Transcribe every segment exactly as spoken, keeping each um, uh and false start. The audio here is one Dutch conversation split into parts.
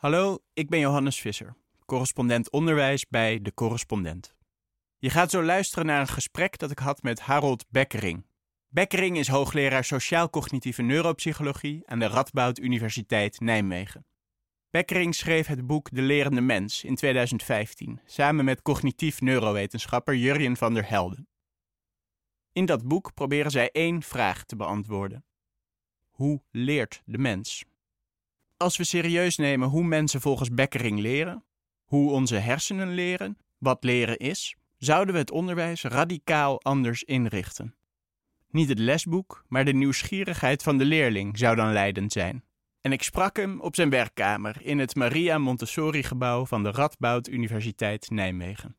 Hallo, ik ben Johannes Visser, correspondent onderwijs bij De Correspondent. Je gaat zo luisteren naar een gesprek dat ik had met Harold Bekkering. Bekkering is hoogleraar sociaal-cognitieve neuropsychologie aan de Radboud Universiteit Nijmegen. Bekkering schreef het boek De Lerende Mens in tweeduizend vijftien, samen met cognitief neurowetenschapper Jurjen van der Helden. In dat boek proberen zij één vraag te beantwoorden. Hoe leert de mens? Als we serieus nemen hoe mensen volgens Bekkering leren, hoe onze hersenen leren, wat leren is, zouden we het onderwijs radicaal anders inrichten. Niet het lesboek, maar de nieuwsgierigheid van de leerling zou dan leidend zijn. En ik sprak hem op zijn werkkamer in het Maria Montessori-gebouw van de Radboud Universiteit Nijmegen.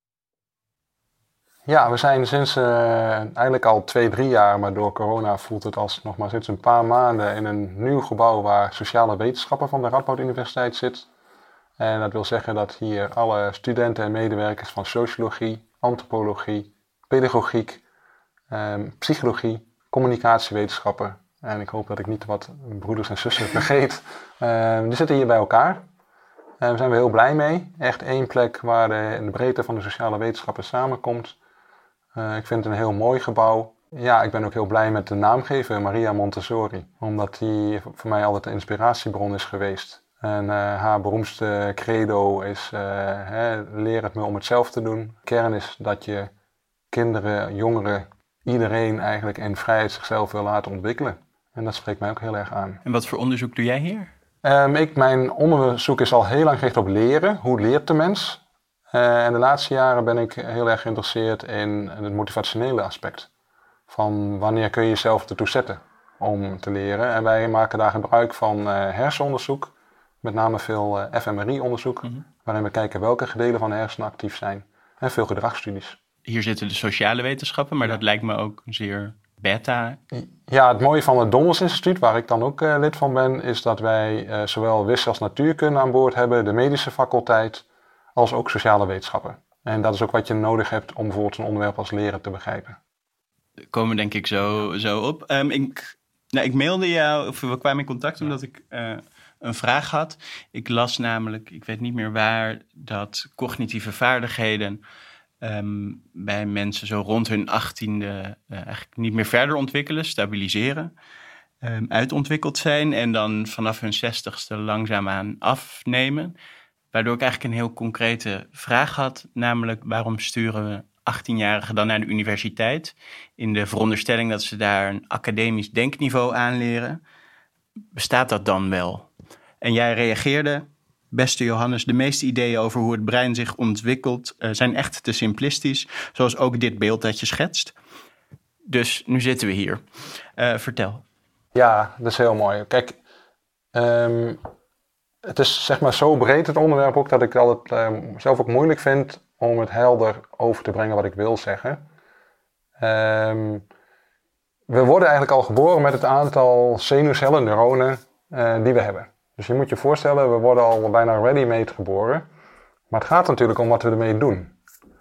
Ja, we zijn sinds uh, eigenlijk al twee, drie jaar, maar door corona voelt het als nog maar sinds een paar maanden in een nieuw gebouw waar sociale wetenschappen van de Radboud Universiteit zit. En dat wil zeggen dat hier alle studenten en medewerkers van sociologie, antropologie, pedagogiek, um, psychologie, communicatiewetenschappen, en ik hoop dat ik niet wat broeders en zussen vergeet, uh, die zitten hier bij elkaar. Uh, daar zijn we heel blij mee. Echt één plek waar de, de breedte van de sociale wetenschappen samenkomt. Uh, ik vind het een heel mooi gebouw. Ja, ik ben ook heel blij met de naamgever, Maria Montessori. Omdat die voor mij altijd een inspiratiebron is geweest. En uh, haar beroemdste credo is, uh, hè, leer het me om het zelf te doen. Kern is dat je kinderen, jongeren, iedereen eigenlijk in vrijheid zichzelf wil laten ontwikkelen. En dat spreekt mij ook heel erg aan. En wat voor onderzoek doe jij hier? Um, ik, mijn onderzoek is al heel lang gericht op leren. Hoe leert de mens? Uh, en de laatste jaren ben ik heel erg geïnteresseerd in het motivationele aspect. Van wanneer kun je jezelf ertoe zetten om te leren. En wij maken daar gebruik van uh, hersenonderzoek. Met name veel uh, F M R I-onderzoek. Mm-hmm. Waarin we kijken welke gedelen van de hersenen actief zijn. En veel gedragsstudies. Hier zitten de sociale wetenschappen, maar dat lijkt me ook zeer beta. Ja, het mooie van het Donders Instituut, waar ik dan ook uh, lid van ben, is dat wij uh, zowel wiskunde als natuurkunde aan boord hebben, de medische faculteit, als ook sociale wetenschappen. En dat is ook wat je nodig hebt om bijvoorbeeld een onderwerp als leren te begrijpen. Daar komen we denk ik zo, zo op. Um, ik, nou, ik mailde jou, of we kwamen in contact omdat ik uh, een vraag had. Ik las namelijk, ik weet niet meer waar, dat cognitieve vaardigheden Um, bij mensen zo rond hun achttiende uh, eigenlijk niet meer verder ontwikkelen, stabiliseren, um, uitontwikkeld zijn en dan vanaf hun zestigste langzaamaan afnemen. Waardoor ik eigenlijk een heel concrete vraag had, namelijk waarom sturen we achttienjarigen dan naar de universiteit in de veronderstelling dat ze daar een academisch denkniveau aanleren. Bestaat dat dan wel? En jij reageerde: beste Johannes, de meeste ideeën over hoe het brein zich ontwikkelt uh, zijn echt te simplistisch, zoals ook dit beeld dat je schetst. Dus nu zitten we hier. Uh, vertel. Ja, dat is heel mooi. Kijk, um, het is zeg maar zo breed het onderwerp ook dat ik het altijd uh, zelf ook moeilijk vind om het helder over te brengen wat ik wil zeggen. Um, we worden eigenlijk al geboren met het aantal zenuwcellen, neuronen, uh, die we hebben. Dus je moet je voorstellen, we worden al bijna ready-made geboren. Maar het gaat natuurlijk om wat we ermee doen.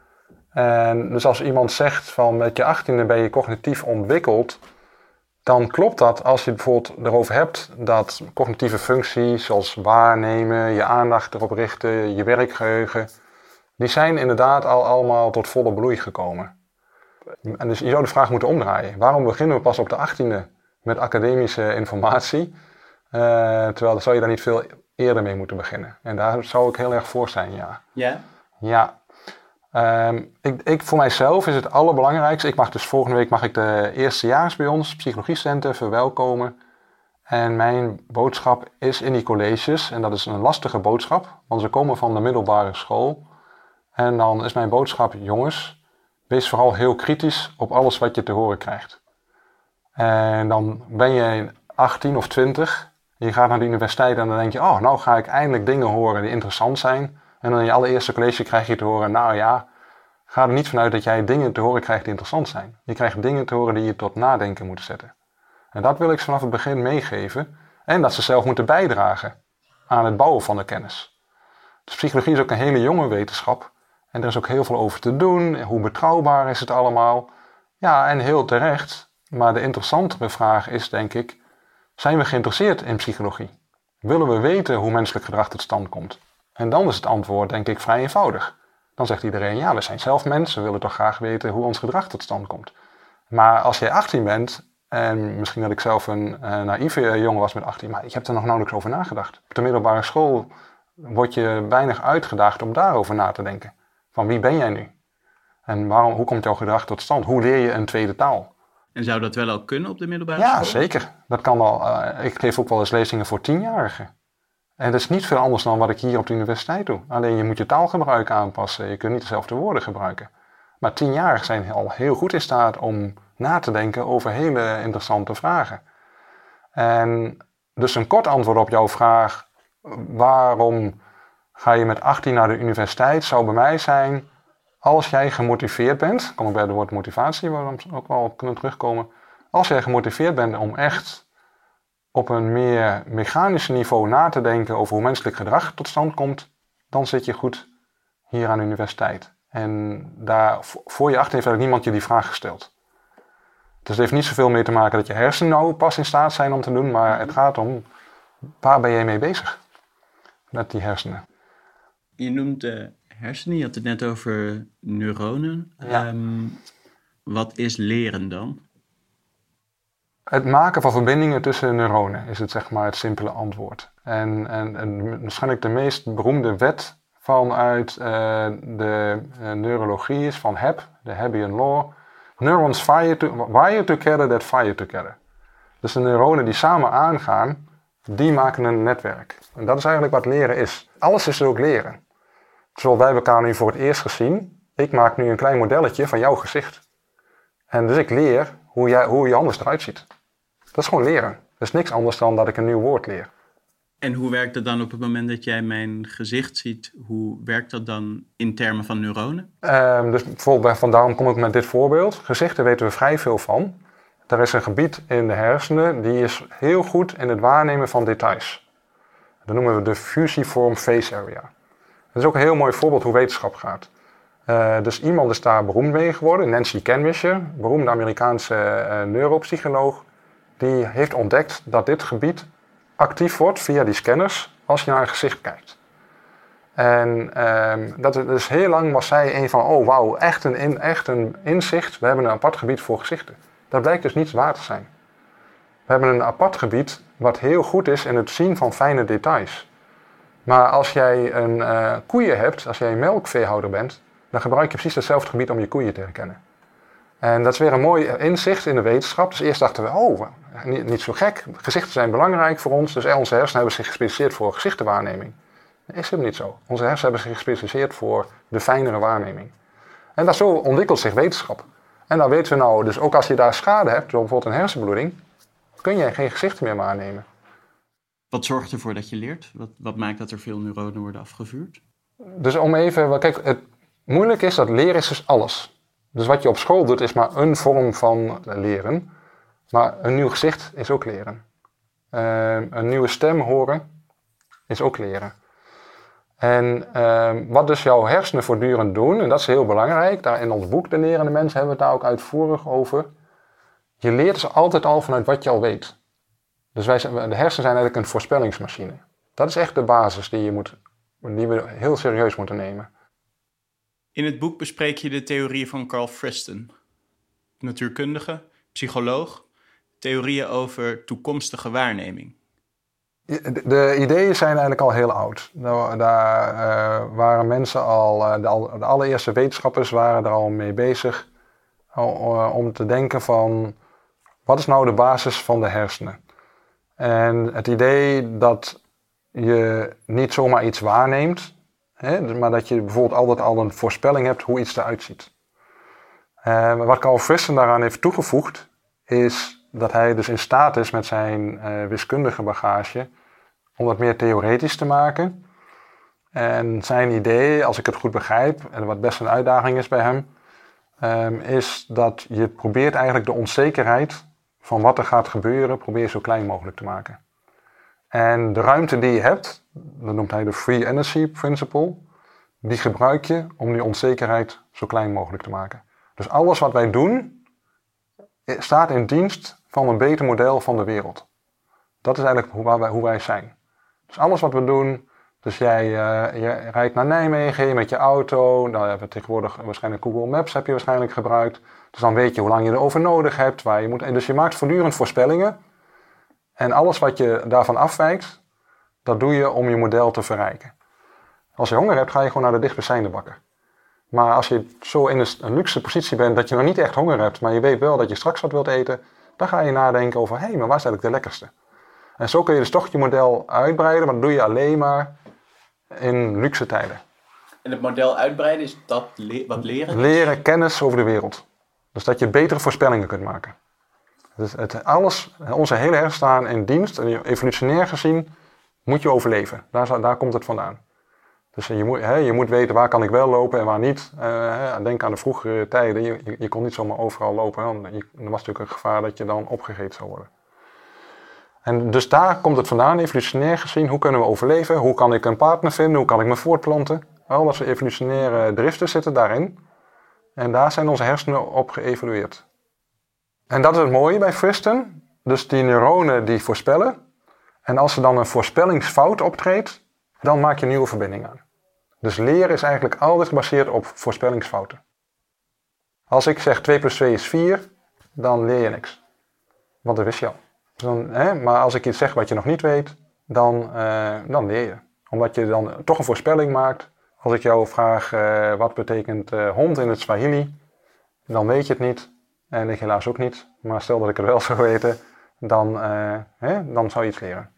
En dus als iemand zegt van met je achttiende ben je cognitief ontwikkeld, dan klopt dat als je het bijvoorbeeld erover hebt dat cognitieve functies zoals waarnemen, je aandacht erop richten, je werkgeheugen, die zijn inderdaad al allemaal tot volle bloei gekomen. En dus je zou de vraag moeten omdraaien. Waarom beginnen we pas op de achttiende met academische informatie? Uh, terwijl daar zou je daar niet veel eerder mee moeten beginnen. En daar zou ik heel erg voor zijn, ja. Ja? Ja. Um, ik, ik, voor mijzelf is het allerbelangrijkste. Ik mag dus volgende week mag ik de eerstejaars bij ons, psychologiecenten, verwelkomen. En mijn boodschap is in die colleges, en dat is een lastige boodschap, want ze komen van de middelbare school. En dan is mijn boodschap, jongens, wees vooral heel kritisch op alles wat je te horen krijgt. En dan ben je achttien of twintig... Je gaat naar de universiteit en dan denk je, oh, nou ga ik eindelijk dingen horen die interessant zijn. En dan in je allereerste college krijg je te horen, nou ja, ga er niet vanuit dat jij dingen te horen krijgt die interessant zijn. Je krijgt dingen te horen die je tot nadenken moeten zetten. En dat wil ik ze vanaf het begin meegeven. En dat ze zelf moeten bijdragen aan het bouwen van de kennis. Dus psychologie is ook een hele jonge wetenschap. En er is ook heel veel over te doen. Hoe betrouwbaar is het allemaal? Ja, en heel terecht. Maar de interessantere vraag is, denk ik, zijn we geïnteresseerd in psychologie? Willen we weten hoe menselijk gedrag tot stand komt? En dan is het antwoord, denk ik, vrij eenvoudig. Dan zegt iedereen, ja, we zijn zelf mensen, we willen toch graag weten hoe ons gedrag tot stand komt. Maar als jij achttien bent, en misschien dat ik zelf een uh, naïeve jongen was met achttien, maar ik heb er nog nauwelijks over nagedacht. Op de middelbare school word je weinig uitgedaagd om daarover na te denken. Van wie ben jij nu? En waarom, hoe komt jouw gedrag tot stand? Hoe leer je een tweede taal? En zou dat wel al kunnen op de middelbare ja, school? Ja, zeker. Dat kan al. Uh, ik geef ook wel eens lezingen voor tienjarigen. En dat is niet veel anders dan wat ik hier op de universiteit doe. Alleen je moet je taalgebruik aanpassen. Je kunt niet dezelfde woorden gebruiken. Maar tienjarigen zijn al heel goed in staat om na te denken over hele interessante vragen. En dus een kort antwoord op jouw vraag, waarom ga je met achttien naar de universiteit, zou bij mij zijn, als jij gemotiveerd bent, kom ik bij het woord motivatie, waar we ook wel kunnen terugkomen, als jij gemotiveerd bent om echt op een meer mechanisch niveau na te denken over hoe menselijk gedrag tot stand komt, dan zit je goed hier aan de universiteit. En daar, voor je achttien heeft eigenlijk niemand je die vraag gesteld. Dus het heeft niet zoveel mee te maken dat je hersenen nou pas in staat zijn om te doen, maar het gaat om, waar ben jij mee bezig met die hersenen? Je noemt uh, hersenen, je had het net over neuronen. Ja. Um, wat is leren dan? Het maken van verbindingen tussen neuronen is het, zeg maar, het simpele antwoord. En, en, en waarschijnlijk de meest beroemde wet vanuit uh, de uh, neurologie is van Hebb, de Hebbian Law. Neurons fire, to, wire together that fire together. Dus de neuronen die samen aangaan, die maken een netwerk. En dat is eigenlijk wat leren is. Alles is ook leren. Zoals wij hebben elkaar nu voor het eerst gezien. Ik maak nu een klein modelletje van jouw gezicht. En dus ik leer hoe, jij, hoe je anders eruit ziet. Dat is gewoon leren. Dat is niks anders dan dat ik een nieuw woord leer. En hoe werkt dat dan op het moment dat jij mijn gezicht ziet? Hoe werkt dat dan in termen van neuronen? Uh, dus bijvoorbeeld, van daarom kom ik met dit voorbeeld. Gezichten weten we vrij veel van. Er is een gebied in de hersenen die is heel goed in het waarnemen van details. Dat noemen we de fusiform face area. Dat is ook een heel mooi voorbeeld hoe wetenschap gaat. Uh, dus iemand is daar beroemd mee geworden, Nancy Kenwisher, beroemde Amerikaanse uh, neuropsycholoog. Die heeft ontdekt dat dit gebied actief wordt via die scanners als je naar een gezicht kijkt. En uh, dat is, dus heel lang was zij een van, oh wauw, echt een, in, echt een inzicht. We hebben een apart gebied voor gezichten. Dat blijkt dus niet waar te zijn. We hebben een apart gebied wat heel goed is in het zien van fijne details. Maar als jij een uh, koeien hebt, als jij een melkveehouder bent, dan gebruik je precies hetzelfde gebied om je koeien te herkennen. En dat is weer een mooi inzicht in de wetenschap. Dus eerst dachten we, oh, niet, niet zo gek. Gezichten zijn belangrijk voor ons. Dus onze hersenen hebben zich gespecialiseerd voor gezichtenwaarneming. Dat is helemaal niet zo. Onze hersenen hebben zich gespecialiseerd voor de fijnere waarneming. En dat zo ontwikkelt zich wetenschap. En dan weten we nou, dus ook als je daar schade hebt, door bijvoorbeeld een hersenbloeding, kun je geen gezichten meer waarnemen. Wat zorgt ervoor dat je leert? Wat, wat maakt dat er veel neuronen worden afgevuurd? Dus om even, kijk, het moeilijk is dat leren is dus alles. Dus wat je op school doet is maar een vorm van leren. Maar een nieuw gezicht is ook leren. Uh, een nieuwe stem horen is ook leren. En uh, wat dus jouw hersenen voortdurend doen, en dat is heel belangrijk, daar in ons boek De Lerende Mens hebben we het daar ook uitvoerig over. Je leert dus altijd al vanuit wat je al weet. Dus wij, de hersenen zijn eigenlijk een voorspellingsmachine. Dat is echt de basis die, je moet, die we heel serieus moeten nemen. In het boek bespreek je de theorieën van Carl Friston, natuurkundige, psycholoog, theorieën over toekomstige waarneming. De, de ideeën zijn eigenlijk al heel oud. Daar, daar uh, waren mensen al, uh, de, de allereerste wetenschappers waren er al mee bezig uh, om te denken van, wat is nou de basis van de hersenen? En het idee dat je niet zomaar iets waarneemt, hè, maar dat je bijvoorbeeld altijd al een voorspelling hebt hoe iets eruit ziet. Uh, wat Carl Friston daaraan heeft toegevoegd, is dat hij dus in staat is met zijn uh, wiskundige bagage om dat meer theoretisch te maken. En zijn idee, als ik het goed begrijp, en wat best een uitdaging is bij hem, um, is dat je probeert eigenlijk de onzekerheid van wat er gaat gebeuren, probeer zo klein mogelijk te maken. En de ruimte die je hebt, dat noemt hij de Free Energy Principle, die gebruik je om die onzekerheid zo klein mogelijk te maken. Dus alles wat wij doen, staat in dienst van een beter model van de wereld. Dat is eigenlijk hoe wij, hoe wij zijn. Dus alles wat we doen, dus jij uh, je rijdt naar Nijmegen met je auto, dan hebben we tegenwoordig waarschijnlijk Google Maps heb je waarschijnlijk gebruikt. Dus dan weet je hoe lang je erover nodig hebt, waar je moet. En dus je maakt voortdurend voorspellingen. En alles wat je daarvan afwijkt, dat doe je om je model te verrijken. Als je honger hebt, ga je gewoon naar de dichtstbijzijnde bakker. Maar als je zo in een luxe positie bent dat je nog niet echt honger hebt, maar je weet wel dat je straks wat wilt eten, dan ga je nadenken over, hé, hey, maar waar is eigenlijk de lekkerste? En zo kun je dus toch je model uitbreiden, maar dat doe je alleen maar in luxe tijden. En het model uitbreiden, is dat le- wat leren? Leren kennis over de wereld. Dus dat je betere voorspellingen kunt maken. Dus het, alles, onze hele hersenen staan in dienst, evolutionair gezien, moet je overleven. Daar, daar komt het vandaan. Dus je moet, hè, je moet weten waar kan ik wel lopen en waar niet. Uh, denk aan de vroegere tijden, je, je, je kon niet zomaar overal lopen. Dan, je, er was natuurlijk een gevaar dat je dan opgegeten zou worden. En dus daar komt het vandaan, evolutionair gezien. Hoe kunnen we overleven? Hoe kan ik een partner vinden? Hoe kan ik me voortplanten? Al dat soort evolutionaire driften zitten daarin. En daar zijn onze hersenen op geëvolueerd. En dat is het mooie bij Friston. Dus die neuronen die voorspellen. En als er dan een voorspellingsfout optreedt, dan maak je een nieuwe verbinding aan. Dus leren is eigenlijk altijd gebaseerd op voorspellingsfouten. Als ik zeg twee plus twee is vier, dan leer je niks. Want dat wist je al. Dan, hè, maar als ik iets zeg wat je nog niet weet, dan, uh, dan leer je. Omdat je dan toch een voorspelling maakt. Als ik jou vraag uh, wat betekent uh, hond in het Swahili, dan weet je het niet. En ik helaas ook niet. Maar stel dat ik het wel zou weten, dan, uh, hè, dan zou je iets leren.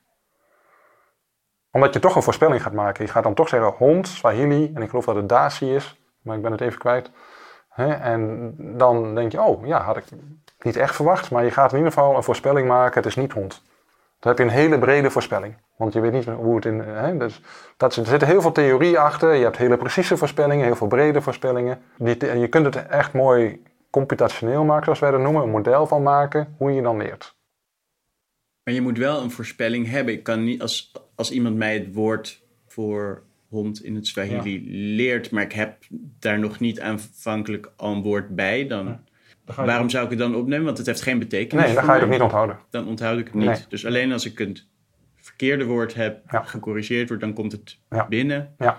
Omdat je toch een voorspelling gaat maken. Je gaat dan toch zeggen hond, Swahili, en ik geloof dat het Dasi is, maar ik ben het even kwijt. Hè? En dan denk je, oh ja, had ik niet echt verwacht, maar je gaat in ieder geval een voorspelling maken, het is niet hond. Dan heb je een hele brede voorspelling, want je weet niet hoe het in... Hè? Dus dat, er zitten heel veel theorie achter, je hebt hele precieze voorspellingen, heel veel brede voorspellingen. Die, je kunt het echt mooi computationeel maken, zoals wij dat noemen, een model van maken, hoe je dan leert. Maar je moet wel een voorspelling hebben. Ik kan niet, als, als iemand mij het woord voor hond in het Swahili ja. leert, maar ik heb daar nog niet aanvankelijk al een woord bij, dan, ja. dan waarom niet... zou ik het dan opnemen? Want het heeft geen betekenis. Nee, dan ga je het ook niet onthouden. Dan onthoud ik het niet. Nee. Dus alleen als ik het verkeerde woord heb, ja. gecorrigeerd wordt, dan komt het ja. binnen. Ja.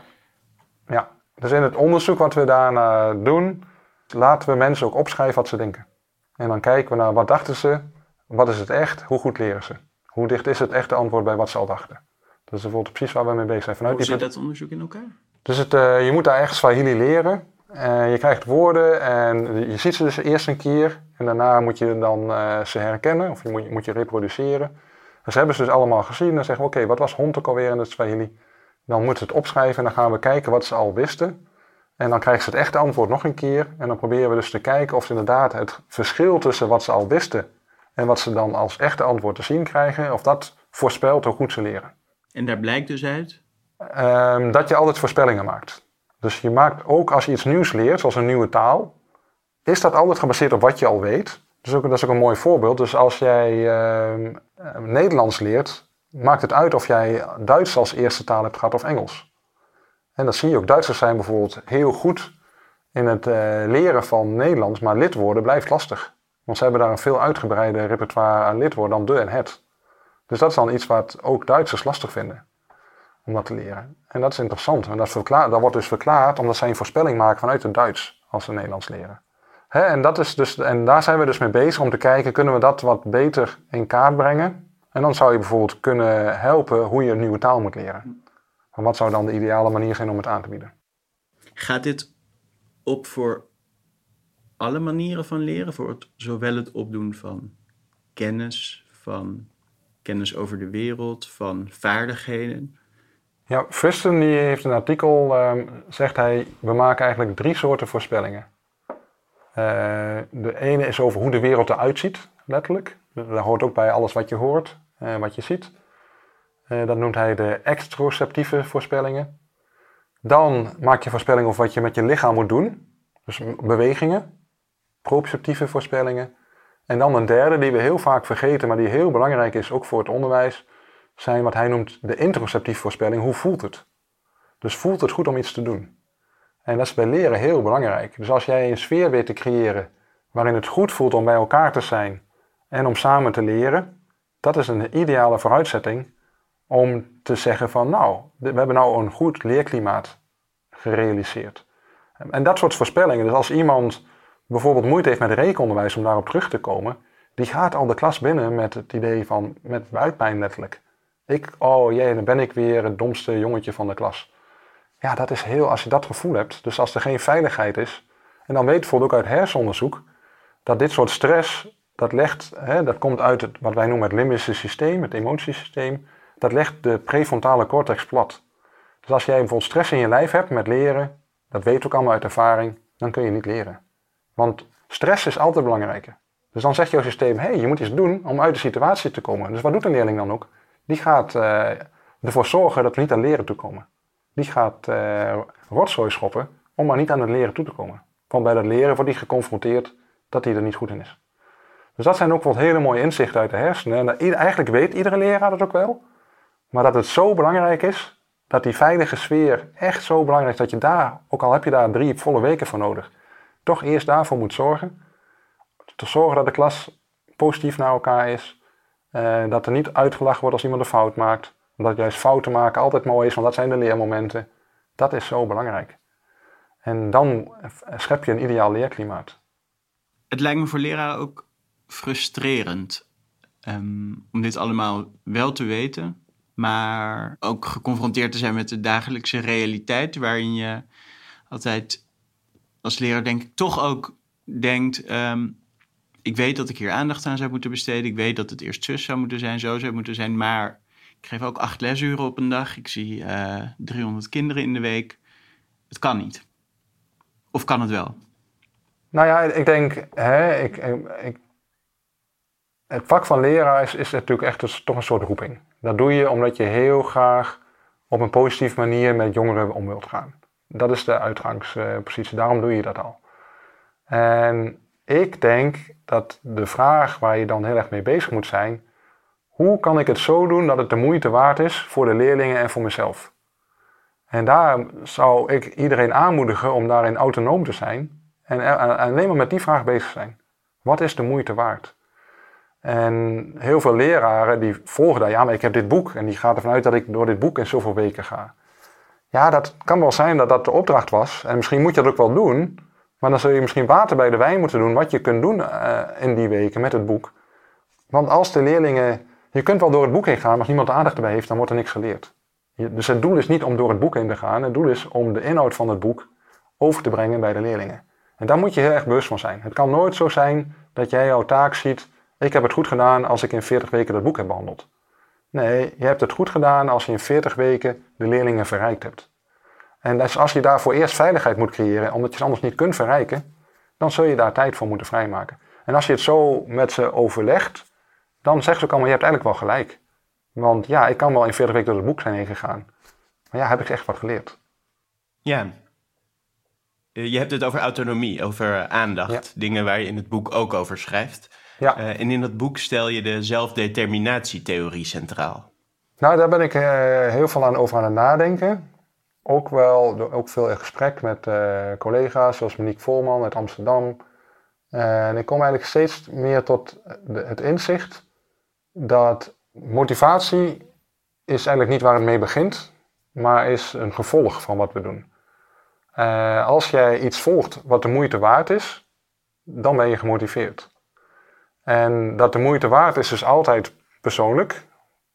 ja, dus in het onderzoek wat we daarna doen, laten we mensen ook opschrijven wat ze denken. En dan kijken we naar wat dachten ze, wat is het echt, hoe goed leren ze. Hoe dicht is het echte antwoord bij wat ze al dachten. Dat is bijvoorbeeld precies waar we mee bezig zijn. Vanuit Hoe zit dat onderzoek in elkaar? Dus het, uh, je moet daar echt Swahili leren. Uh, je krijgt woorden en je ziet ze dus eerst een keer. En daarna moet je dan uh, ze herkennen of je moet, moet je reproduceren. Dus hebben ze dus allemaal gezien. Dan zeggen we, oké, okay, wat was hond ook alweer in het Swahili? Dan moeten ze het opschrijven en dan gaan we kijken wat ze al wisten. En dan krijgen ze het echte antwoord nog een keer. En dan proberen we dus te kijken of ze inderdaad het verschil tussen wat ze al wisten en wat ze dan als echte antwoord te zien krijgen, of dat voorspelt hoe goed ze leren. En daar blijkt dus uit? Um, dat je altijd voorspellingen maakt. Dus je maakt ook als je iets nieuws leert, zoals een nieuwe taal, is dat altijd gebaseerd op wat je al weet. Dus ook, dat is ook een mooi voorbeeld. Dus als jij uh, Nederlands leert, maakt het uit of jij Duits als eerste taal hebt gehad of Engels. En dat zie je ook. Duitsers zijn bijvoorbeeld heel goed in het uh, leren van Nederlands, maar lidwoorden blijft lastig. Want ze hebben daar een veel uitgebreider repertoire aan lidwoorden dan de en het. Dus dat is dan iets wat ook Duitsers lastig vinden. Om dat te leren. En dat is interessant. En dat, verklaar, dat wordt dus verklaard omdat zij een voorspelling maken vanuit het Duits als ze Nederlands leren. Hè, en, dat is dus, en daar zijn we dus mee bezig om te kijken, kunnen we dat wat beter in kaart brengen? En dan zou je bijvoorbeeld kunnen helpen hoe je een nieuwe taal moet leren. En wat zou dan de ideale manier zijn om het aan te bieden? Gaat dit op voor alle manieren van leren? Voor het, zowel het opdoen van kennis, van kennis over de wereld, van vaardigheden? Ja, Friston die heeft een artikel, uh, zegt hij, we maken eigenlijk drie soorten voorspellingen. Uh, de ene is over hoe de wereld eruit ziet, letterlijk. Daar hoort ook bij alles wat je hoort, uh, wat je ziet. Uh, dat noemt hij de extroceptieve voorspellingen. Dan maak je voorspellingen over wat je met je lichaam moet doen. Dus bewegingen, proprioceptieve voorspellingen. En dan een derde die we heel vaak vergeten, maar die heel belangrijk is, ook voor het onderwijs, zijn wat hij noemt de interoceptieve voorspelling. Hoe voelt het? Dus voelt het goed om iets te doen? En dat is bij leren heel belangrijk. Dus als jij een sfeer weet te creëren waarin het goed voelt om bij elkaar te zijn en om samen te leren, dat is een ideale vooruitzetting om te zeggen van nou, we hebben nou een goed leerklimaat gerealiseerd. En dat soort voorspellingen, dus als iemand bijvoorbeeld moeite heeft met rekenonderwijs om daarop terug te komen, die gaat al de klas binnen met het idee van, met buikpijn letterlijk. Ik, oh jee, dan ben ik weer het domste jongetje van de klas. Ja, dat is heel, als je dat gevoel hebt, dus als er geen veiligheid is, en dan weet bijvoorbeeld ook uit hersenonderzoek, dat dit soort stress, dat legt, hè, dat komt uit het, wat wij noemen het limbische systeem, het emotiesysteem, dat legt de prefrontale cortex plat. Dus als jij bijvoorbeeld stress in je lijf hebt met leren, dat weet ook allemaal uit ervaring, dan kun je niet leren. Want stress is altijd belangrijker. Dus dan zegt jouw systeem, hé, hey, je moet iets doen om uit de situatie te komen. Dus wat doet een leerling dan ook? Die gaat uh, ervoor zorgen dat we niet aan leren toekomen. Die gaat uh, rotzooi schoppen om maar niet aan het leren toe te komen. Want bij dat leren wordt hij geconfronteerd dat hij er niet goed in is. Dus dat zijn ook wel hele mooie inzichten uit de hersenen. En eigenlijk weet iedere leraar dat ook wel. Maar dat het zo belangrijk is, dat die veilige sfeer echt zo belangrijk is, dat je daar, ook al heb je daar drie volle weken voor nodig, toch eerst daarvoor moet zorgen. Te zorgen dat de klas positief naar elkaar is. Uh, dat er niet uitgelachen wordt als iemand een fout maakt. Omdat juist fouten maken altijd mooi is, want dat zijn de leermomenten. Dat is zo belangrijk. En dan schep je een ideaal leerklimaat. Het lijkt me voor leraren ook frustrerend um, om dit allemaal wel te weten, maar ook geconfronteerd te zijn met de dagelijkse realiteit, waarin je altijd als leraar denk ik toch ook denkt, um, ik weet dat ik hier aandacht aan zou moeten besteden, ik weet dat het eerst zus zou moeten zijn, zo zou moeten zijn, maar ik geef ook acht lesuren op een dag, ik zie uh, driehonderd kinderen in de week. Het kan niet. Of kan het wel? Nou ja, ik denk, hè, ik, ik, het vak van leraar is, is natuurlijk echt een, toch een soort roeping. Dat doe je omdat je heel graag op een positieve manier met jongeren om wilt gaan. Dat is de uitgangspositie, daarom doe je dat al. En ik denk dat de vraag waar je dan heel erg mee bezig moet zijn, hoe kan ik het zo doen dat het de moeite waard is voor de leerlingen en voor mezelf? En daar zou ik iedereen aanmoedigen om daarin autonoom te zijn en alleen maar met die vraag bezig zijn. Wat is de moeite waard? En heel veel leraren die volgen daar, ja, maar ik heb dit boek en die gaat ervan uit dat ik door dit boek in zoveel weken ga. Ja, dat kan wel zijn dat dat de opdracht was en misschien moet je dat ook wel doen, maar dan zul je misschien water bij de wijn moeten doen wat je kunt doen uh, in die weken met het boek. Want als de leerlingen, je kunt wel door het boek heen gaan, maar als niemand de aandacht erbij heeft, dan wordt er niks geleerd. Dus het doel is niet om door het boek heen te gaan, het doel is om de inhoud van het boek over te brengen bij de leerlingen. En daar moet je heel erg bewust van zijn. Het kan nooit zo zijn dat jij jouw taak ziet, ik heb het goed gedaan als ik in veertig weken dat boek heb behandeld. Nee, je hebt het goed gedaan als je in veertig weken de leerlingen verrijkt hebt. En dus als je daarvoor eerst veiligheid moet creëren, omdat je ze anders niet kunt verrijken, dan zul je daar tijd voor moeten vrijmaken. En als je het zo met ze overlegt, dan zeggen ze ook allemaal, je hebt eigenlijk wel gelijk. Want ja, ik kan wel in veertig weken door het boek zijn heen gegaan. Maar ja, heb ik echt wat geleerd. Ja. Je hebt het over autonomie, over aandacht. Ja. Dingen waar je in het boek ook over schrijft. Ja. Uh, en in dat boek stel je de zelfdeterminatietheorie centraal. Nou, daar ben ik uh, heel veel aan over aan het nadenken. Ook wel, ook veel in gesprek met uh, collega's zoals Monique Volman uit Amsterdam. Uh, en ik kom eigenlijk steeds meer tot de, het inzicht dat motivatie is eigenlijk niet waar het mee begint, maar is een gevolg van wat we doen. Uh, als jij iets volgt wat de moeite waard is, dan ben je gemotiveerd. En dat de moeite waard is, is altijd persoonlijk.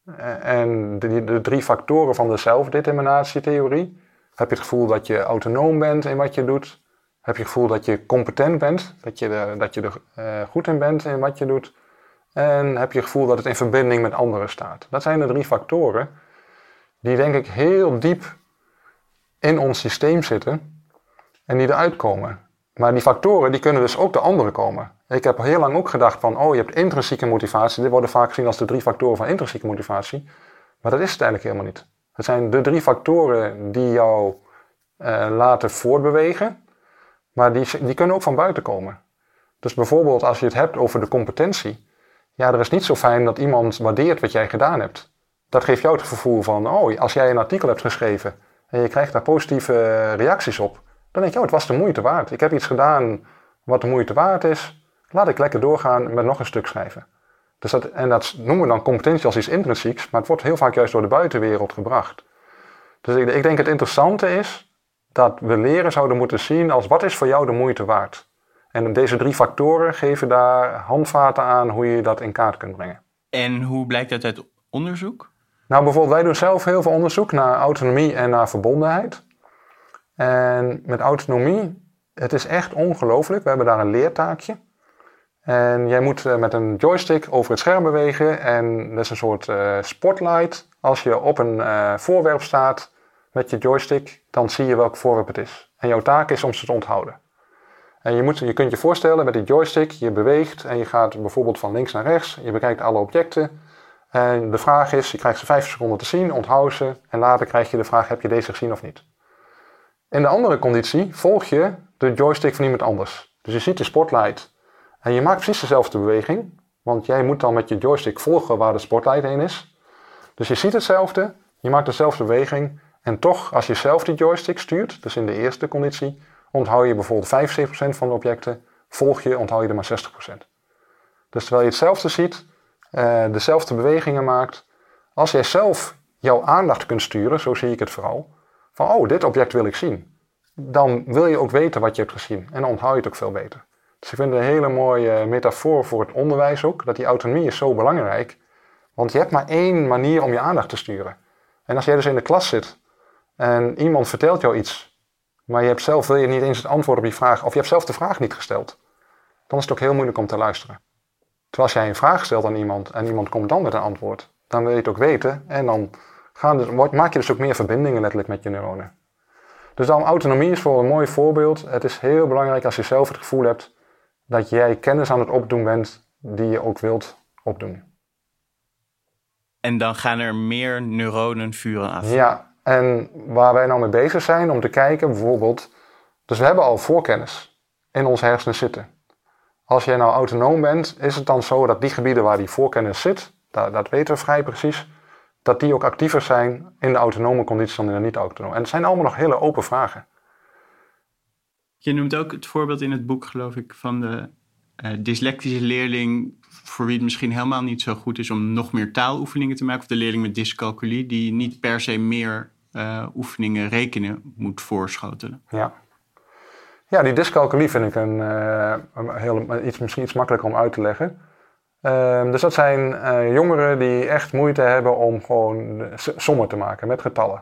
En de, de drie factoren van de zelfdeterminatietheorie. Heb je het gevoel dat je autonoom bent in wat je doet? Heb je het gevoel dat je competent bent? Dat je, de, dat je er uh, goed in bent in wat je doet? En heb je het gevoel dat het in verbinding met anderen staat? Dat zijn de drie factoren die denk ik heel diep in ons systeem zitten en die eruit komen. Maar die factoren die kunnen dus ook de anderen komen. Ik heb heel lang ook gedacht van, oh je hebt intrinsieke motivatie. Dit worden vaak gezien als de drie factoren van intrinsieke motivatie. Maar dat is het eigenlijk helemaal niet. Het zijn de drie factoren die jou uh, laten voortbewegen. Maar die, die kunnen ook van buiten komen. Dus bijvoorbeeld als je het hebt over de competentie. Ja, er is niet zo fijn dat iemand waardeert wat jij gedaan hebt. Dat geeft jou het gevoel van, oh, als jij een artikel hebt geschreven en je krijgt daar positieve reacties op, dan denk je, oh, het was de moeite waard. Ik heb iets gedaan wat de moeite waard is. Laat ik lekker doorgaan met nog een stuk schrijven. Dus dat, en dat noemen we dan competentie als iets intrinsieks, maar het wordt heel vaak juist door de buitenwereld gebracht. Dus ik, ik denk het interessante is dat we leren zouden moeten zien als wat is voor jou de moeite waard. En deze drie factoren geven daar handvaten aan hoe je dat in kaart kunt brengen. En hoe blijkt dat uit onderzoek? Nou, bijvoorbeeld wij doen zelf heel veel onderzoek naar autonomie en naar verbondenheid. En met autonomie, het is echt ongelooflijk. We hebben daar een leertaakje. En jij moet met een joystick over het scherm bewegen. En dat is een soort uh, spotlight. Als je op een uh, voorwerp staat met je joystick, dan zie je welk voorwerp het is. En jouw taak is om ze te onthouden. En je, moet, je kunt je voorstellen met die joystick, je beweegt en je gaat bijvoorbeeld van links naar rechts. Je bekijkt alle objecten. En de vraag is, je krijgt ze vijf seconden te zien, onthoud ze. En later krijg je de vraag, heb je deze gezien of niet? In de andere conditie volg je de joystick van iemand anders. Dus je ziet de spotlight. En je maakt precies dezelfde beweging. Want jij moet dan met je joystick volgen waar de spotlight heen is. Dus je ziet hetzelfde, je maakt dezelfde beweging. En toch, als je zelf die joystick stuurt, dus in de eerste conditie, onthoud je bijvoorbeeld vijfenzeventig procent van de objecten. Volg je, onthoud je er maar zestig procent. Dus terwijl je hetzelfde ziet, uh, dezelfde bewegingen maakt. Als jij zelf jouw aandacht kunt sturen, zo zie ik het vooral. Van, oh, dit object wil ik zien. Dan wil je ook weten wat je hebt gezien. En dan onthoud je het ook veel beter. Dus ik vind het een hele mooie metafoor voor het onderwijs ook. Dat die autonomie is zo belangrijk. Want je hebt maar één manier om je aandacht te sturen. En als jij dus in de klas zit en iemand vertelt jou iets, maar je hebt zelf, wil je niet eens het antwoord op die vraag, of je hebt zelf de vraag niet gesteld, dan is het ook heel moeilijk om te luisteren. Terwijl als jij een vraag stelt aan iemand en iemand komt dan met een antwoord, dan wil je het ook weten en dan gaan dus, maak je dus ook meer verbindingen letterlijk met je neuronen. Dus dan autonomie is voor een mooi voorbeeld. Het is heel belangrijk als je zelf het gevoel hebt dat jij kennis aan het opdoen bent die je ook wilt opdoen. En dan gaan er meer neuronen vuren af. Ja, en waar wij nou mee bezig zijn om te kijken bijvoorbeeld, dus we hebben al voorkennis in onze hersenen zitten. Als jij nou autonoom bent, is het dan zo dat die gebieden waar die voorkennis zit, dat, dat weten we vrij precies, dat die ook actiever zijn in de autonome condities dan in de niet-autonome. En het zijn allemaal nog hele open vragen. Je noemt ook het voorbeeld in het boek, geloof ik, van de uh, dyslectische leerling, voor wie het misschien helemaal niet zo goed is om nog meer taaloefeningen te maken, of de leerling met dyscalculie, die niet per se meer uh, oefeningen rekenen moet voorschotelen. Ja. Ja, die dyscalculie vind ik een, uh, een heel, iets, misschien iets makkelijker om uit te leggen. Uh, dus dat zijn uh, jongeren die echt moeite hebben om gewoon sommen te maken met getallen.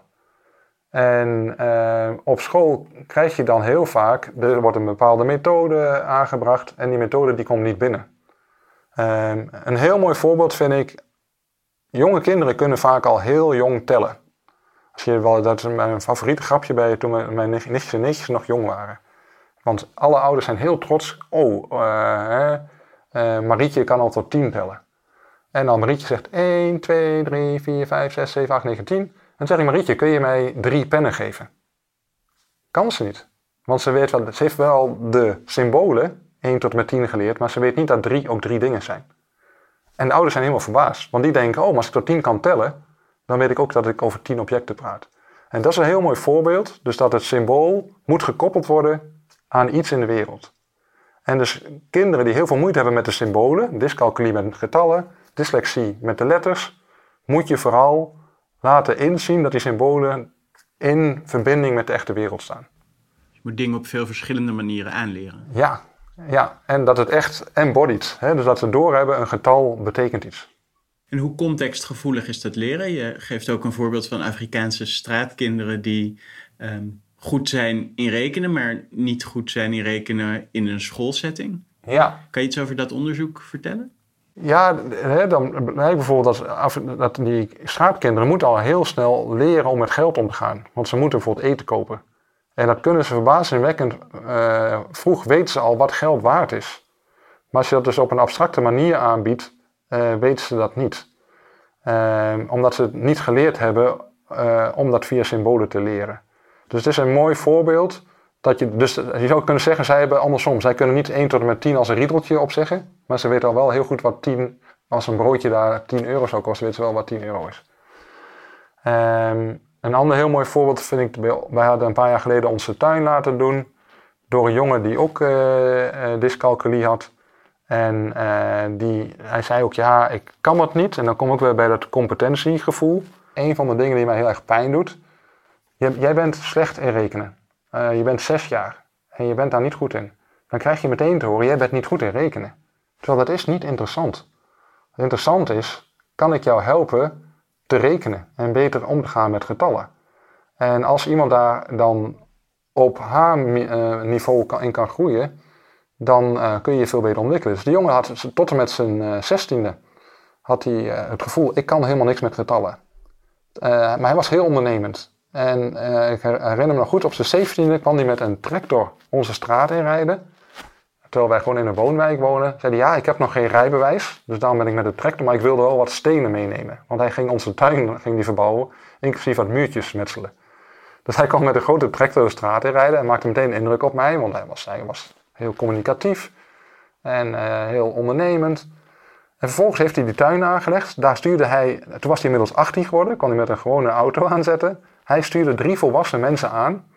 En uh, op school krijg je dan heel vaak, er wordt een bepaalde methode aangebracht en die methode die komt niet binnen. Uh, een heel mooi voorbeeld vind ik, jonge kinderen kunnen vaak al heel jong tellen. Als je wel, dat is mijn favoriete grapje bij toen mijn, mijn nichtjes en neefjes nog jong waren. Want alle ouders zijn heel trots, oh, uh, hè, uh, Marietje kan al tot tien tellen. En dan Marietje zegt één, twee, drie, vier, vijf, zes, zeven, acht, negen, tien. Dan zeg ik, Marietje, kun je mij drie pennen geven? Kan ze niet. Want ze, weet wel, ze heeft wel de symbolen, één tot en met tien geleerd, maar ze weet niet dat drie ook drie dingen zijn. En de ouders zijn helemaal verbaasd. Want die denken, oh, maar als ik tot tien kan tellen, dan weet ik ook dat ik over tien objecten praat. En dat is een heel mooi voorbeeld. Dus dat het symbool moet gekoppeld worden aan iets in de wereld. En dus kinderen die heel veel moeite hebben met de symbolen, dyscalculie met getallen, dyslexie met de letters, moet je vooral laten inzien dat die symbolen in verbinding met de echte wereld staan. Je moet dingen op veel verschillende manieren aanleren. Ja, ja. En dat het echt embodied, hè? Dus dat ze doorhebben, een getal betekent iets. En hoe contextgevoelig is dat leren? Je geeft ook een voorbeeld van Afrikaanse straatkinderen die um, goed zijn in rekenen, maar niet goed zijn in rekenen in een schoolsetting. Ja. Kan je iets over dat onderzoek vertellen? Ja, hè, dan blijkt bijvoorbeeld dat, dat die straatkinderen moeten al heel snel leren om met geld om te gaan. Want ze moeten bijvoorbeeld eten kopen. En dat kunnen ze verbazingwekkend uh, vroeg weten ze al wat geld waard is. Maar als je dat dus op een abstracte manier aanbiedt, uh, weten ze dat niet. Uh, omdat ze het niet geleerd hebben uh, om dat via symbolen te leren. Dus het is een mooi voorbeeld. Dat je, dus je zou kunnen zeggen, zij hebben andersom. Zij kunnen niet één tot en met tien als een riedeltje opzeggen. Maar ze weten al wel heel goed wat tien, als een broodje daar tien euro zou kosten, weten ze wel wat tien euro is. Um, een ander heel mooi voorbeeld vind ik, wij hadden een paar jaar geleden onze tuin laten doen. Door een jongen die ook uh, uh, dyscalculie had. En uh, die, hij zei ook, ja, ik kan het niet. En dan kom ik weer bij dat competentiegevoel. Een van de dingen die mij heel erg pijn doet. Je, jij bent slecht in rekenen. Uh, je bent zes jaar en je bent daar niet goed in. Dan krijg je meteen te horen, jij bent niet goed in rekenen. Terwijl dat is niet interessant. Wat interessant is, kan ik jou helpen te rekenen en beter om te gaan met getallen. En als iemand daar dan op haar uh, niveau kan, in kan groeien, dan uh, kun je je veel beter ontwikkelen. Dus die jongen had tot en met zijn uh, zestiende had hij uh, het gevoel, ik kan helemaal niks met getallen. Uh, maar hij was heel ondernemend. En uh, ik herinner me nog goed, op zijn zeventiende kwam hij met een tractor onze straat inrijden. Terwijl wij gewoon in een woonwijk wonen. Zei hij, ja, ik heb nog geen rijbewijs. Dus daarom ben ik met de tractor, maar ik wilde wel wat stenen meenemen. Want hij ging onze tuin ging die verbouwen, inclusief wat muurtjes metselen. Dus hij kwam met een grote tractor de straat inrijden en maakte meteen indruk op mij. Want hij was, hij was heel communicatief en uh, heel ondernemend. En vervolgens heeft hij die tuin aangelegd. Daar stuurde hij, toen was hij inmiddels achttien geworden, kon hij met een gewone auto aanzetten. Hij stuurde drie volwassen mensen aan.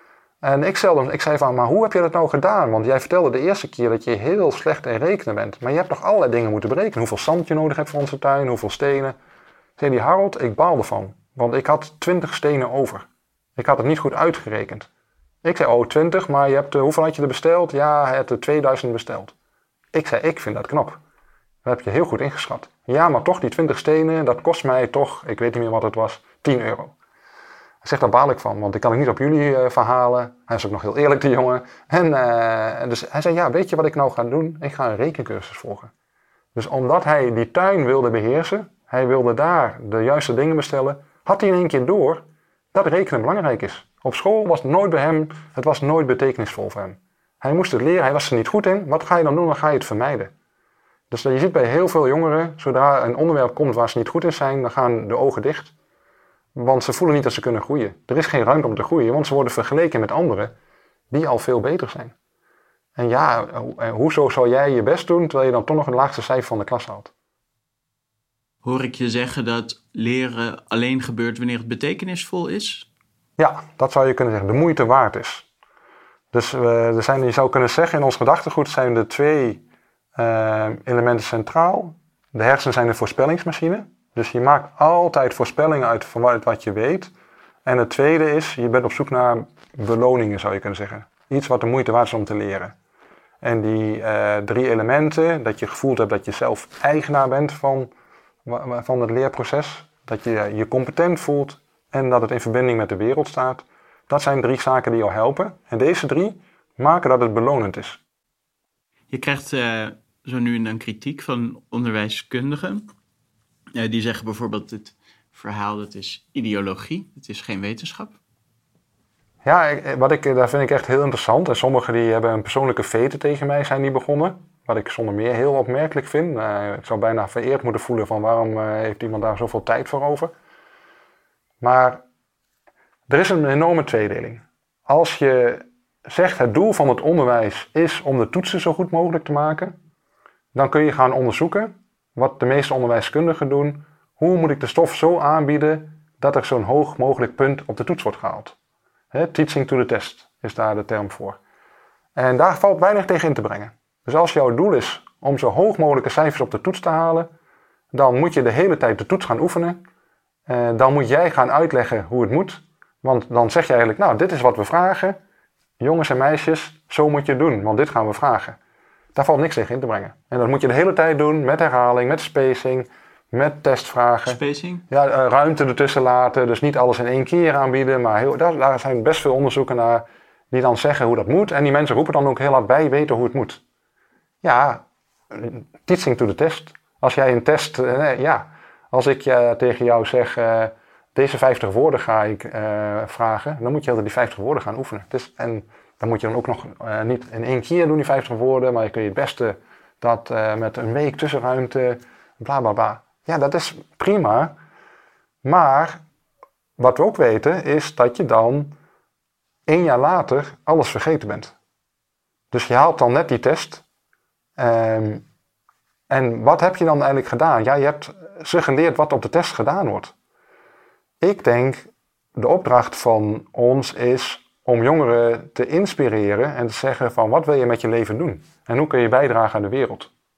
En ik, stelde, ik zei van, maar hoe heb je dat nou gedaan? Want jij vertelde de eerste keer dat je heel slecht in rekenen bent. Maar je hebt nog allerlei dingen moeten berekenen. Hoeveel zand je nodig hebt voor onze tuin, hoeveel stenen. Zei die Harold, ik baal ervan. Want ik had twintig stenen over. Ik had het niet goed uitgerekend. Ik zei, oh twintig, maar je hebt, hoeveel had je er besteld? Ja, hij had er tweeduizend besteld. Ik zei, ik vind dat knap. Dat heb je heel goed ingeschat. Ja, maar toch die twintig stenen, dat kost mij toch, ik weet niet meer wat het was, tien euro. Hij zegt, daar baal ik van, want ik kan het niet op jullie uh, verhalen. Hij is ook nog heel eerlijk, die jongen. En uh, dus hij zei, ja, weet je wat ik nou ga doen? Ik ga een rekencursus volgen. Dus omdat hij die tuin wilde beheersen, hij wilde daar de juiste dingen bestellen, had hij in één keer door dat rekenen belangrijk is. Op school was het nooit bij hem, het was nooit betekenisvol voor hem. Hij moest het leren, hij was er niet goed in. Wat ga je dan doen? Dan ga je het vermijden. Dus je ziet bij heel veel jongeren, zodra een onderwerp komt waar ze niet goed in zijn, dan gaan de ogen dicht. Want ze voelen niet dat ze kunnen groeien. Er is geen ruimte om te groeien, want ze worden vergeleken met anderen die al veel beter zijn. En ja, hoezo zou jij je best doen, terwijl je dan toch nog een laagste cijfer van de klas haalt? Hoor ik je zeggen dat leren alleen gebeurt wanneer het betekenisvol is? Ja, dat zou je kunnen zeggen. De moeite waard is. Dus uh, er zijn, je zou kunnen zeggen, in ons gedachtegoed zijn er twee uh, elementen centraal. De hersenen zijn een voorspellingsmachine. Dus je maakt altijd voorspellingen uit van wat je weet. En het tweede is, je bent op zoek naar beloningen, zou je kunnen zeggen. Iets wat de moeite waard is om te leren. En die uh, drie elementen, dat je gevoeld hebt dat je zelf eigenaar bent van, van het leerproces. Dat je je competent voelt en dat het in verbinding met de wereld staat. Dat zijn drie zaken die jou helpen. En deze drie maken dat het belonend is. Je krijgt uh, zo nu en dan kritiek van onderwijskundigen. Uh, die zeggen bijvoorbeeld, het verhaal dat is ideologie, het is geen wetenschap. Ja, ik, wat ik, dat vind ik echt heel interessant. En sommigen die hebben een persoonlijke vete tegen mij zijn die begonnen. Wat ik zonder meer heel opmerkelijk vind. Uh, ik zou bijna vereerd moeten voelen van waarom uh, heeft iemand daar zoveel tijd voor over. Maar er is een enorme tweedeling. Als je zegt het doel van het onderwijs is om de toetsen zo goed mogelijk te maken, dan kun je gaan onderzoeken wat de meeste onderwijskundigen doen. Hoe moet ik de stof zo aanbieden dat er zo'n hoog mogelijk punt op de toets wordt gehaald? He, teaching to the test is daar de term voor. En daar valt weinig tegen in te brengen. Dus als jouw doel is om zo hoog mogelijke cijfers op de toets te halen, dan moet je de hele tijd de toets gaan oefenen. Uh, dan moet jij gaan uitleggen hoe het moet. Want dan zeg je eigenlijk, nou, dit is wat we vragen. Jongens en meisjes, zo moet je het doen, want dit gaan we vragen. Daar valt niks tegen in te brengen. En dat moet je de hele tijd doen met herhaling, met spacing, met testvragen. Spacing? Ja, uh, ruimte ertussen laten, dus niet alles in één keer aanbieden. Maar heel, daar, daar zijn best veel onderzoeken naar die dan zeggen hoe dat moet. En die mensen roepen dan ook heel hard bij, weten hoe het moet. Ja, teaching to the test. Als jij een test, uh, nee, ja, als ik uh, tegen jou zeg, uh, deze vijftig woorden ga ik uh, vragen, dan moet je altijd die vijftig woorden gaan oefenen. Dus, en dan moet je dan ook nog uh, niet in één keer doen die vijftig woorden, maar je kun je het beste dat uh, met een week tussenruimte, bla bla bla. Ja, dat is prima. Maar wat we ook weten is dat je dan één jaar later alles vergeten bent. Dus je haalt dan net die test. Um, en wat heb je dan eigenlijk gedaan? Ja, je hebt ze geleerd wat op de test gedaan wordt. Ik denk, de opdracht van ons is om jongeren te inspireren en te zeggen van wat wil je met je leven doen? En hoe kun je bijdragen aan de wereld?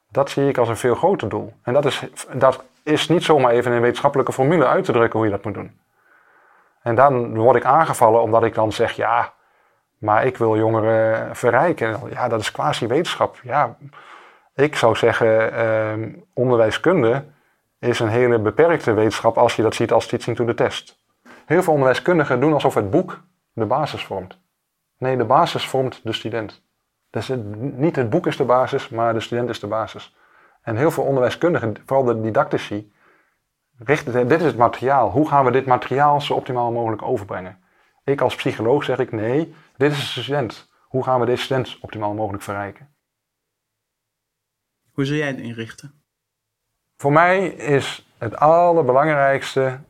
Dat zie ik als een veel groter doel. En dat is, dat is niet zomaar even in een wetenschappelijke formule uit te drukken hoe je dat moet doen. En dan word ik aangevallen omdat ik dan zeg, ja, maar ik wil jongeren verrijken. Ja, dat is quasi-wetenschap. Ja, ik zou zeggen, eh, onderwijskunde is een hele beperkte wetenschap als je dat ziet als teaching to the test. Heel veel onderwijskundigen doen alsof het boek de basis vormt. Nee, de basis vormt de student. Dus het, niet het boek is de basis, maar de student is de basis. En heel veel onderwijskundigen, vooral de didactici, richten, dit is het materiaal. Hoe gaan we dit materiaal zo optimaal mogelijk overbrengen? Ik als psycholoog zeg ik, nee, dit is de student. Hoe gaan we deze student optimaal mogelijk verrijken? Hoe zou jij het inrichten? Voor mij is het allerbelangrijkste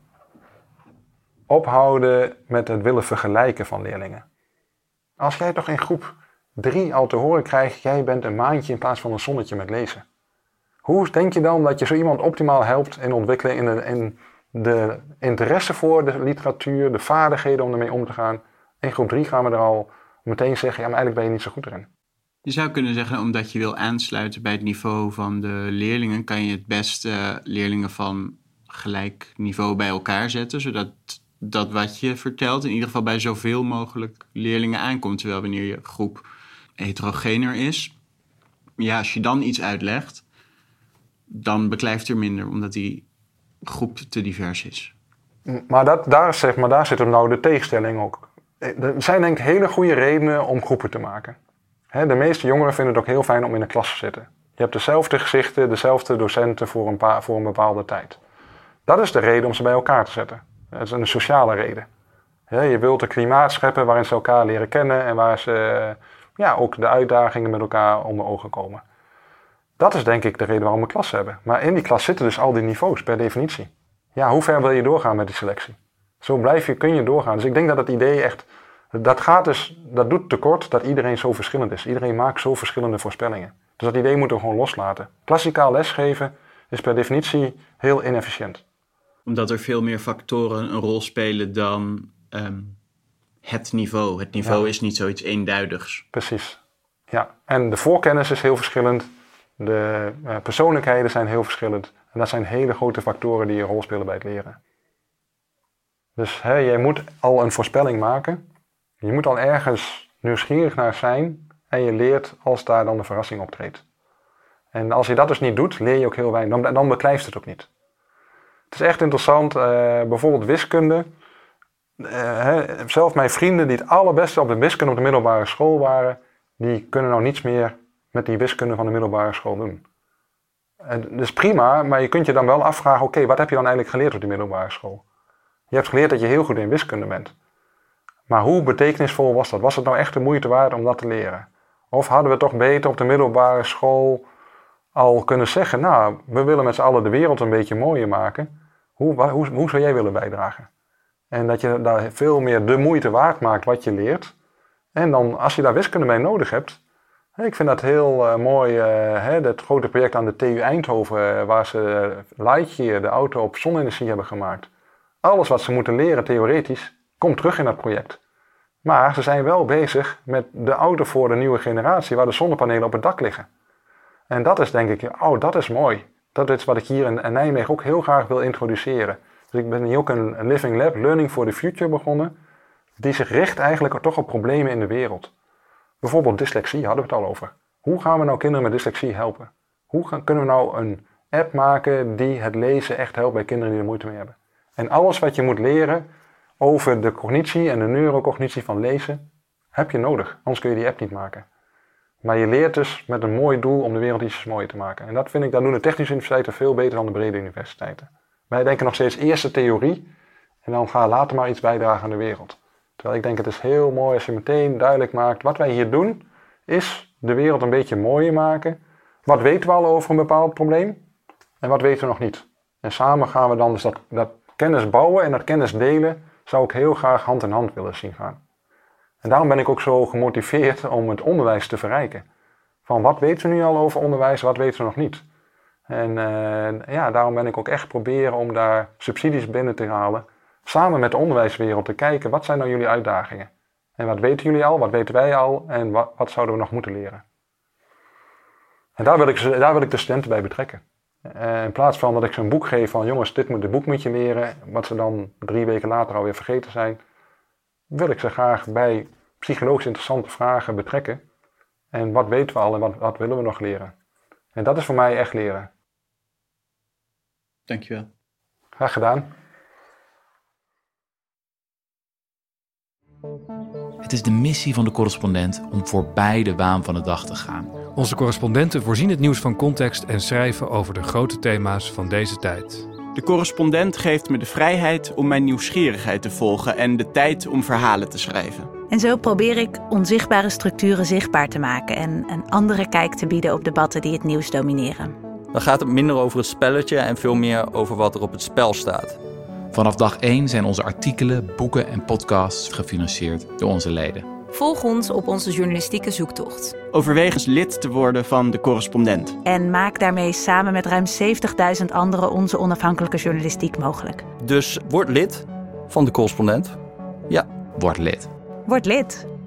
ophouden met het willen vergelijken van leerlingen. Als jij toch in groep drie al te horen krijgt, jij bent een maantje in plaats van een zonnetje met lezen. Hoe denk je dan dat je zo iemand optimaal helpt in ontwikkelen in de, in de interesse voor de literatuur, de vaardigheden om ermee om te gaan? In groep drie gaan we er al meteen zeggen, ja, maar eigenlijk ben je niet zo goed erin. Je zou kunnen zeggen, omdat je wil aansluiten bij het niveau van de leerlingen, kan je het beste leerlingen van gelijk niveau bij elkaar zetten, zodat dat wat je vertelt in ieder geval bij zoveel mogelijk leerlingen aankomt. Terwijl wanneer je groep heterogener is, ja, als je dan iets uitlegt, dan beklijft er minder, omdat die groep te divers is. Maar, dat, daar, zeg maar daar zit hem nou de tegenstelling ook. Er zijn denk ik hele goede redenen om groepen te maken. He, de meeste jongeren vinden het ook heel fijn om in een klas te zitten. Je hebt dezelfde gezichten, dezelfde docenten voor een, paar, voor een bepaalde tijd. Dat is de reden om ze bij elkaar te zetten. Dat is een sociale reden. He, je wilt een klimaat scheppen waarin ze elkaar leren kennen en waar ze ja, ook de uitdagingen met elkaar onder ogen komen. Dat is denk ik de reden waarom we klas hebben. Maar in die klas zitten dus al die niveaus per definitie. Ja, hoe ver wil je doorgaan met die selectie? Zo blijf je, kun je doorgaan. Dus ik denk dat het idee echt, dat gaat dus, dat doet tekort dat iedereen zo verschillend is. Iedereen maakt zo verschillende voorspellingen. Dus dat idee moeten we gewoon loslaten. Klassikaal lesgeven is per definitie heel inefficiënt. Omdat er veel meer factoren een rol spelen dan um, het niveau. Het niveau ja. is niet zoiets eenduidigs. Precies. Ja, en de voorkennis is heel verschillend. De uh, persoonlijkheden zijn heel verschillend. En dat zijn hele grote factoren die een rol spelen bij het leren. Dus hè, jij moet al een voorspelling maken. Je moet al ergens nieuwsgierig naar zijn. En je leert als daar dan de verrassing optreedt. En als je dat dus niet doet, leer je ook heel weinig. Dan, dan beklijft het ook niet. Het is echt interessant. Uh, bijvoorbeeld wiskunde. Uh, hè, zelfs mijn vrienden die het allerbeste op de wiskunde op de middelbare school waren. Die kunnen nou niets meer met die wiskunde van de middelbare school doen. En dat is prima, maar je kunt je dan wel afvragen, oké, okay, wat heb je dan eigenlijk geleerd op die middelbare school? Je hebt geleerd dat je heel goed in wiskunde bent. Maar hoe betekenisvol was dat? Was het nou echt de moeite waard om dat te leren? Of hadden we toch beter op de middelbare school al kunnen zeggen, nou, we willen met z'n allen de wereld een beetje mooier maken. Hoe, hoe, hoe zou jij willen bijdragen? En dat je daar veel meer de moeite waard maakt wat je leert. En dan, als je daar wiskunde bij nodig hebt. Ik vind dat heel uh, mooi, uh, hè, dat grote project aan de T U Eindhoven, uh, waar ze Lightyear, de auto op zonne-energie hebben gemaakt. Alles wat ze moeten leren theoretisch, komt terug in dat project. Maar ze zijn wel bezig met de auto voor de nieuwe generatie, waar de zonnepanelen op het dak liggen. En dat is denk ik, oh, dat is mooi. Dat is wat ik hier in, in Nijmegen ook heel graag wil introduceren. Dus ik ben hier ook een, een Living Lab, Learning for the Future begonnen, die zich richt eigenlijk toch op problemen in de wereld. Bijvoorbeeld dyslexie, hadden we het al over. Hoe gaan we nou kinderen met dyslexie helpen? Hoe gaan, kunnen we nou een app maken die het lezen echt helpt bij kinderen die er moeite mee hebben? En alles wat je moet leren over de cognitie en de neurocognitie van lezen, heb je nodig. Anders kun je die app niet maken. Maar je leert dus met een mooi doel om de wereld iets mooier te maken. En dat vind ik, dat doen de technische universiteiten veel beter dan de brede universiteiten. Wij denken nog steeds eerst de theorie en dan ga later maar iets bijdragen aan de wereld. Terwijl ik denk het is heel mooi als je meteen duidelijk maakt, wat wij hier doen is de wereld een beetje mooier maken. Wat weten we al over een bepaald probleem en wat weten we nog niet. En samen gaan we dan dus dat, dat kennis bouwen en dat kennis delen zou ik heel graag hand in hand willen zien gaan. En daarom ben ik ook zo gemotiveerd om het onderwijs te verrijken. Van wat weten we nu al over onderwijs, wat weten we nog niet. En uh, ja, daarom ben ik ook echt proberen om daar subsidies binnen te halen. Samen met de onderwijswereld te kijken, wat zijn nou jullie uitdagingen? En wat weten jullie al, wat weten wij al en wat, wat zouden we nog moeten leren? En daar wil ik, daar wil ik de studenten bij betrekken. Uh, in plaats van dat ik ze een boek geef van jongens, dit, moet, dit boek moet je leren, wat ze dan drie weken later alweer vergeten zijn, wil ik ze graag bij psychologisch interessante vragen betrekken. En wat weten we al en wat, wat willen we nog leren? En dat is voor mij echt leren. Dankjewel. Graag gedaan. Het is de missie van de correspondent om voorbij de waan van de dag te gaan. Onze correspondenten voorzien het nieuws van context en schrijven over de grote thema's van deze tijd. De correspondent geeft me de vrijheid om mijn nieuwsgierigheid te volgen en de tijd om verhalen te schrijven. En zo probeer ik onzichtbare structuren zichtbaar te maken en een andere kijk te bieden op debatten die het nieuws domineren. Dan gaat het minder over het spelletje en veel meer over wat er op het spel staat. Vanaf dag één zijn onze artikelen, boeken en podcasts gefinancierd door onze leden. Volg ons op onze journalistieke zoektocht. Overweeg eens lid te worden van de correspondent. En maak daarmee samen met ruim zeventigduizend anderen onze onafhankelijke journalistiek mogelijk. Dus word lid van de correspondent. Ja, Word lid. Word lid.